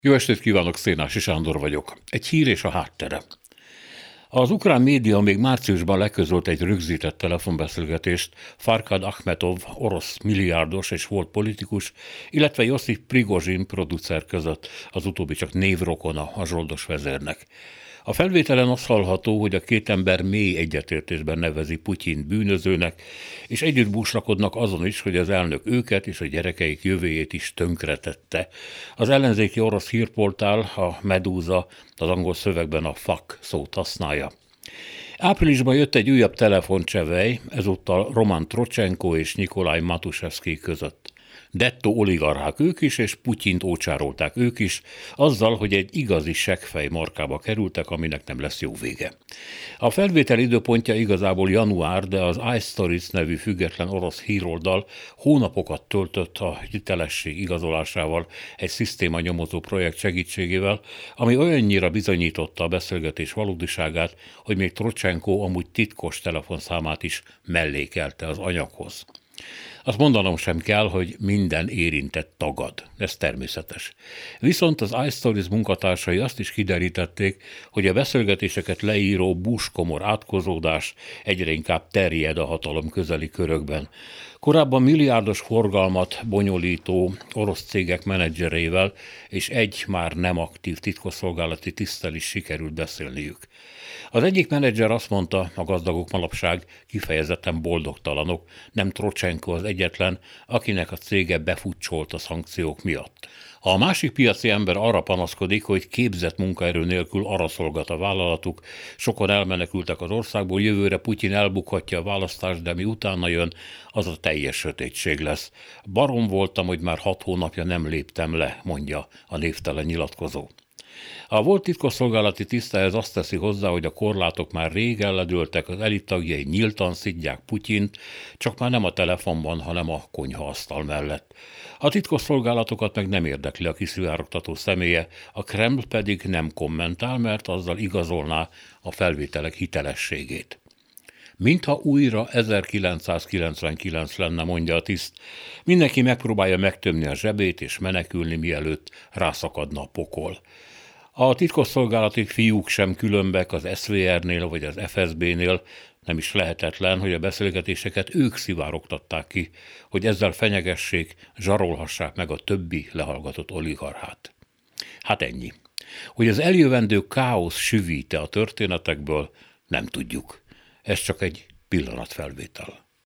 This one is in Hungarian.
Jó estét kívánok, Szénási Sándor vagyok. Egy hír és a háttere. Az ukrán média még márciusban leközölt egy rögzített telefonbeszélgetést Farkad Akhmetov, orosz milliárdos és volt politikus, illetve Josip Prigozsin producer között, az utóbbi csak névrokona a zsoldos vezérnek. A felvételen az hallható, hogy a két ember mély egyetértésben nevezi Putyint bűnözőnek, és együtt búslakodnak azon is, hogy az elnök őket és a gyerekeik jövőjét is tönkretette. Az ellenzéki orosz hírportál, a Medúza, az angol szövegben a fuck szót használja. Áprilisban jött egy újabb telefoncsevej, ezúttal Roman Trocsenko és Nikolaj Matuszewski között. Dettó oligarchák ők is, és Putyint ócsárolták ők is, azzal, hogy egy igazi seggfej markába kerültek, aminek nem lesz jó vége. A felvétel időpontja igazából január, de az iStories nevű független orosz híroldal hónapokat töltött a hitelesség igazolásával egy szisztémanyomozó projekt segítségével, ami olyannyira bizonyította a beszélgetés valódiságát, hogy még Trocsenko amúgy titkos telefonszámát is mellékelte az anyaghoz. Azt mondanom sem kell, hogy minden érintett tagad. Ez természetes. Viszont az iStories munkatársai azt is kiderítették, hogy a beszélgetéseket leíró Bush-komor átkozódás egyre inkább terjed a hatalom közeli körökben. Korábban milliárdos forgalmat bonyolító orosz cégek menedzsereivel és egy már nem aktív titkosszolgálati tiszttel is sikerült beszélniük. Az egyik menedzser azt mondta, a gazdagok manapság kifejezetten boldogtalanok, nem Trocsenko az egyetlen, akinek a cége befutcsolt a szankciók miatt. A másik piaci ember arra panaszkodik, hogy képzett munkaerő nélkül araszolgat a vállalatuk, sokan elmenekültek az országból, jövőre Putyin elbukhatja a választást, de mi utána jön, az a teljes sötétség lesz. Barom voltam, hogy már 6 hónapja nem léptem le, mondja a névtelen nyilatkozó. A volt titkosszolgálati tiszt ehhez azt teszi hozzá, hogy a korlátok már rég elledőltek, az elit tagjai nyíltan szidják Putyint, csak már nem a telefonban, hanem a konyhaasztal mellett. A titkosszolgálatokat meg nem érdekli a kiszivárogtató személye, a Kreml pedig nem kommentál, mert azzal igazolná a felvételek hitelességét. Mintha újra 1999 lenne, mondja a tiszt. Mindenki megpróbálja megtömni a zsebét és menekülni, mielőtt rászakadna a pokol. A titkosszolgálati fiúk sem különbek az SVR-nél vagy az FSB-nél, nem is lehetetlen, hogy a beszélgetéseket ők szivárogtatták ki, hogy ezzel fenyegessék, zsarolhassák meg a többi lehallgatott oligarchát. Hát ennyi. Hogy az eljövendő káosz süvíte a történetekből, nem tudjuk. Ez csak egy pillanatfelvétel.